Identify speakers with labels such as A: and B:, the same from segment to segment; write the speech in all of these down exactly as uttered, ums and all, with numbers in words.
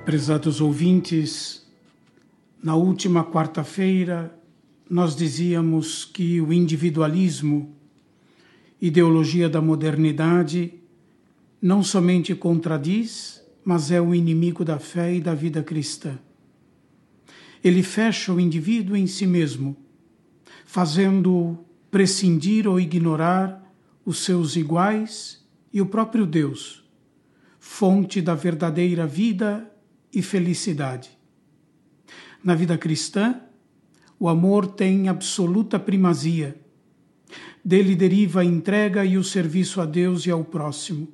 A: Prezados ouvintes, na última quarta-feira nós dizíamos que o individualismo, ideologia da modernidade, não somente contradiz, mas é o inimigo da fé e da vida cristã. Ele fecha o indivíduo em si mesmo, fazendo prescindir ou ignorar os seus iguais e o próprio Deus, fonte da verdadeira vida e felicidade. Na vida cristã, o amor tem absoluta primazia. Dele deriva a entrega e o serviço a Deus e ao próximo.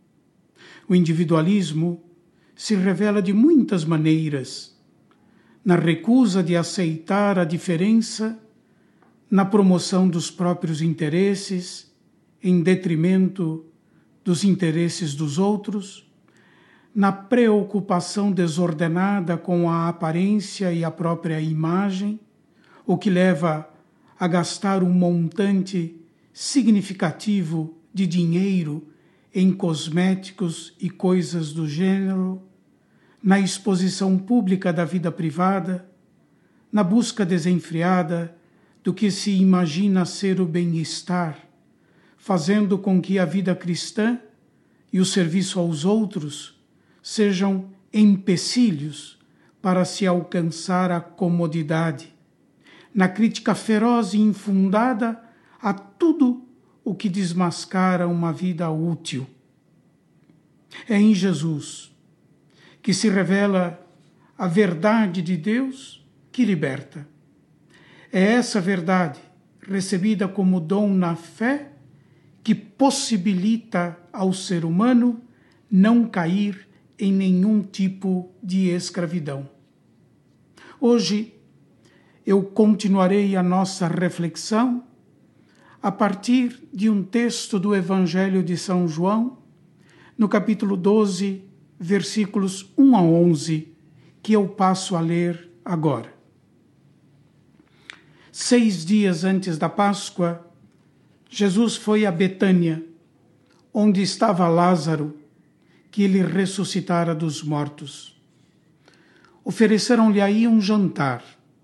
A: O individualismo se revela de muitas maneiras, na recusa de aceitar a diferença, na promoção dos próprios interesses, em detrimento dos interesses dos outros, na preocupação desordenada com a aparência e a própria imagem, o que leva a gastar um montante significativo de dinheiro em cosméticos e coisas do gênero, na exposição pública da vida privada, na busca desenfreada do que se imagina ser o bem-estar, fazendo com que a vida cristã e o serviço aos outros sejam empecilhos para se alcançar a comodidade, na crítica feroz e infundada a tudo o que desmascara uma vida útil. É em Jesus que se revela a verdade de Deus que liberta. É essa verdade, recebida como dom na fé, que possibilita ao ser humano não cair em nenhum tipo de escravidão. Hoje, eu continuarei a nossa reflexão a partir de um texto do Evangelho de São João, no capítulo doze, versículos um a onze, que eu passo a ler agora. Seis dias antes da Páscoa, Jesus foi a Betânia, onde estava Lázaro, que ele ressuscitara dos mortos. Ofereceram-lhe aí um jantar.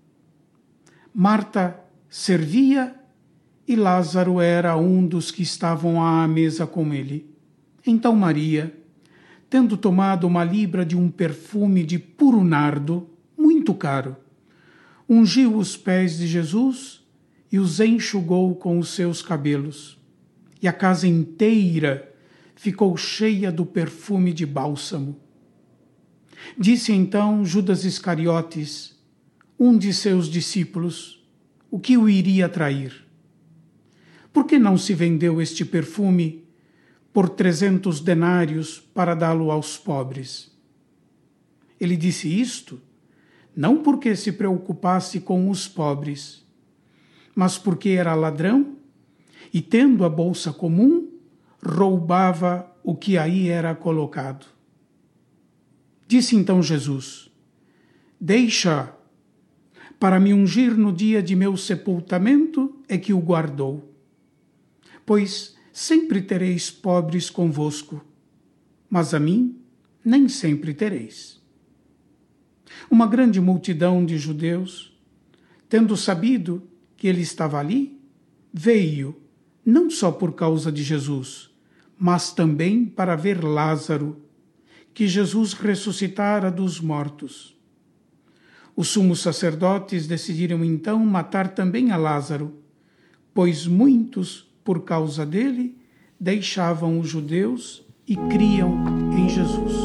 A: Marta servia e Lázaro era um dos que estavam à mesa com ele. Então Maria, tendo tomado uma libra de um perfume de puro nardo, muito caro, ungiu os pés de Jesus e os enxugou com os seus cabelos. E a casa inteira ficou cheia do perfume de bálsamo. Disse então Judas Iscariotes, um de seus discípulos, o que o iria trair. Por que não se vendeu este perfume por trezentos denários para dá-lo aos pobres? Ele disse isto, não porque se preocupasse com os pobres, mas porque era ladrão e, tendo a bolsa comum, roubava o que aí era colocado. Disse então Jesus, deixa, para me ungir no dia de meu sepultamento é que o guardou. Pois sempre tereis pobres convosco, mas a mim nem sempre tereis. Uma grande multidão de judeus, tendo sabido que ele estava ali, veio, não só por causa de Jesus, mas também para ver Lázaro, que Jesus ressuscitara dos mortos. Os sumos sacerdotes decidiram então matar também a Lázaro, pois muitos, por causa dele, deixavam os judeus e criam em Jesus.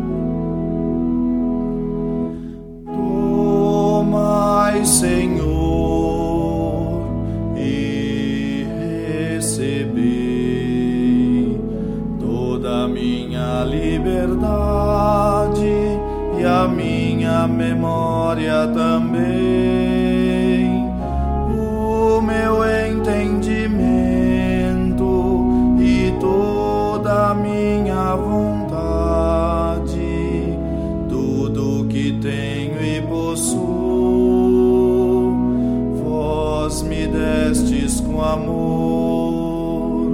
B: Tomai, Senhor, e recebei toda a minha liberdade e a minha memória também, o meu entendimento e toda a minha vontade, tudo que tenho e possuo, vós me destes com amor,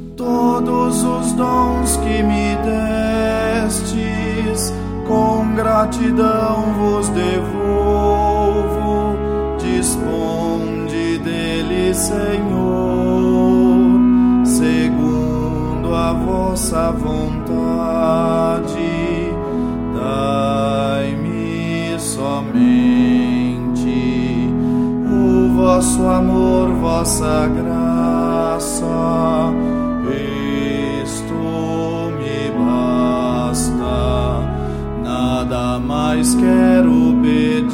B: todos os dons que me destes com graça gratidão vos devolvo, disponde dele, Senhor, segundo a vossa vontade, dai-me somente o vosso amor, vossa graça, isto me basta, nada mais quero pedir.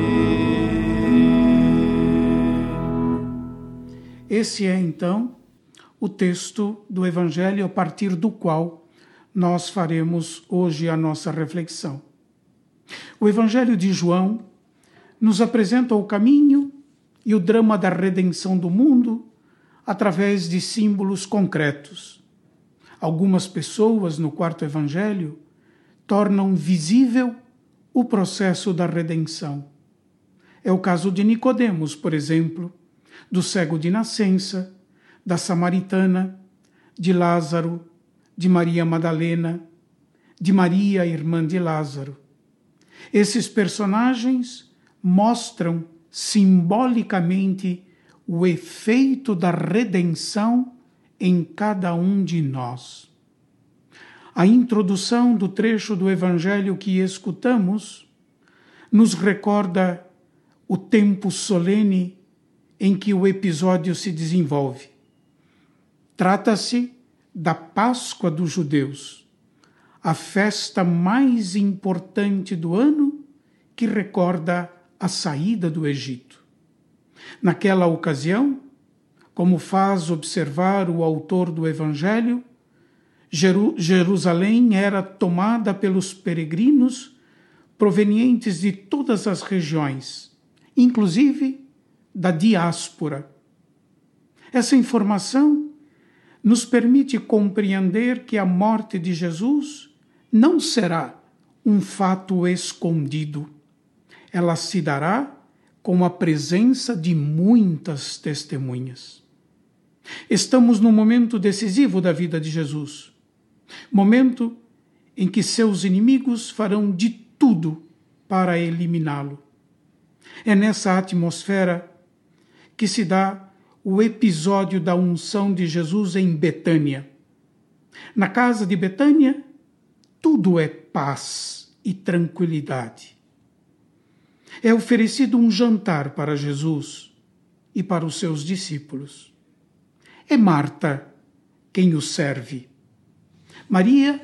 A: Esse é, então, o texto do Evangelho a partir do qual nós faremos hoje a nossa reflexão. O Evangelho de João nos apresenta o caminho e o drama da redenção do mundo através de símbolos concretos. Algumas pessoas no quarto Evangelho tornam visível o processo da redenção. É o caso de Nicodemos, por exemplo, do cego de nascença, da samaritana, de Lázaro, de Maria Madalena, de Maria, irmã de Lázaro. Esses personagens mostram simbolicamente o efeito da redenção em cada um de nós. A introdução do trecho do Evangelho que escutamos nos recorda o tempo solene em que o episódio se desenvolve. Trata-se da Páscoa dos judeus, a festa mais importante do ano que recorda a saída do Egito. Naquela ocasião, como faz observar o autor do Evangelho, Jeru- Jerusalém era tomada pelos peregrinos provenientes de todas as regiões, inclusive da diáspora. Essa informação nos permite compreender que a morte de Jesus não será um fato escondido. Ela se dará com a presença de muitas testemunhas. Estamos num momento decisivo da vida de Jesus, momento em que seus inimigos farão de tudo para eliminá-lo. É nessa atmosfera que se dá o episódio da unção de Jesus em Betânia. Na casa de Betânia, tudo é paz e tranquilidade. É oferecido um jantar para Jesus e para os seus discípulos. É Marta quem o serve. Maria,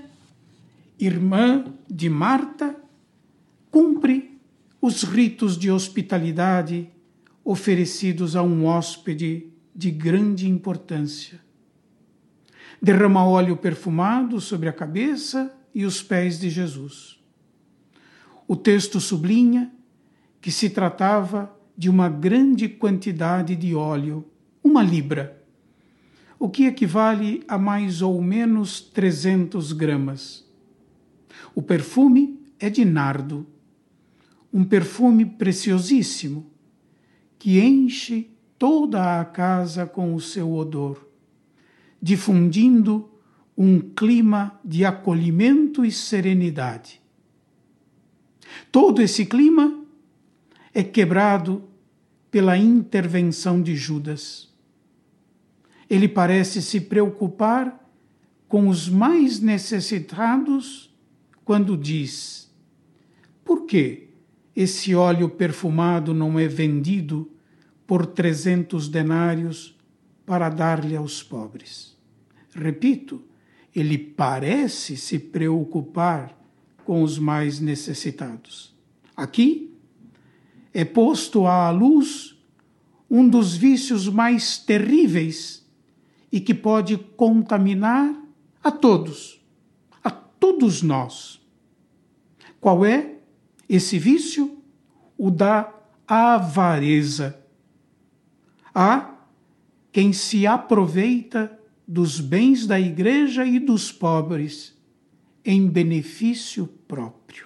A: irmã de Marta, cumpre os ritos de hospitalidade oferecidos a um hóspede de grande importância. Derrama óleo perfumado sobre a cabeça e os pés de Jesus. O texto sublinha que se tratava de uma grande quantidade de óleo, uma libra, o que equivale a mais ou menos trezentos gramas. O perfume é de nardo, um perfume preciosíssimo, que enche toda a casa com o seu odor, difundindo um clima de acolhimento e serenidade. Todo esse clima é quebrado pela intervenção de Judas. Ele parece se preocupar com os mais necessitados quando diz: por que esse óleo perfumado não é vendido por trezentos denários para dar-lhe aos pobres? Repito, ele parece se preocupar com os mais necessitados. Aqui é posto à luz um dos vícios mais terríveis e que pode contaminar a todos, a todos nós. Qual é esse vício? O da avareza. Há quem se aproveita dos bens da igreja e dos pobres em benefício próprio.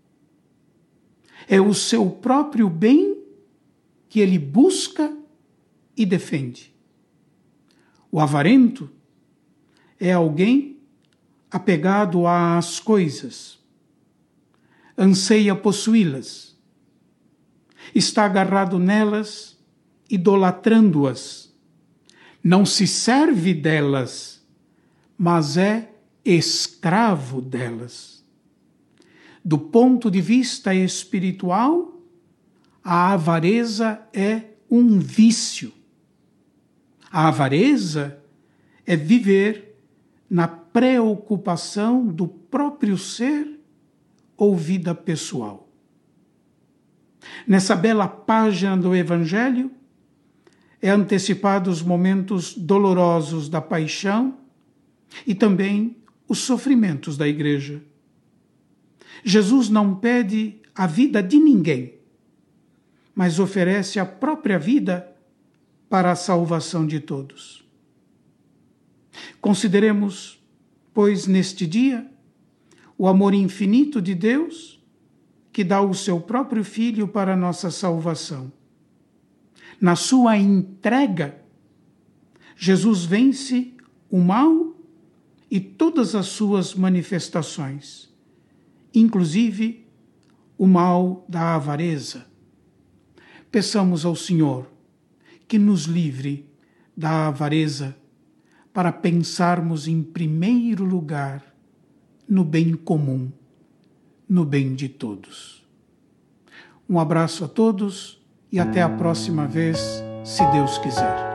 A: É o seu próprio bem que ele busca e defende. O avarento é alguém apegado às coisas. anseia possuí-las. Está agarrado nelas, idolatrando-as. Não se serve delas, mas é escravo delas. Do ponto de vista espiritual, a avareza é um vício. A avareza é viver na preocupação do próprio ser ou vida pessoal. Nessa bela página do Evangelho, é antecipado os momentos dolorosos da paixão e também os sofrimentos da Igreja. Jesus não pede a vida de ninguém, mas oferece a própria vida para a salvação de todos. Consideremos, pois, neste dia, o amor infinito de Deus, que dá o seu próprio Filho para a nossa salvação. Na sua entrega, Jesus vence o mal e todas as suas manifestações, inclusive o mal da avareza. Peçamos ao Senhor que nos livre da avareza para pensarmos em primeiro lugar no bem comum, no bem de todos. Um abraço a todos e até a próxima vez, se Deus quiser.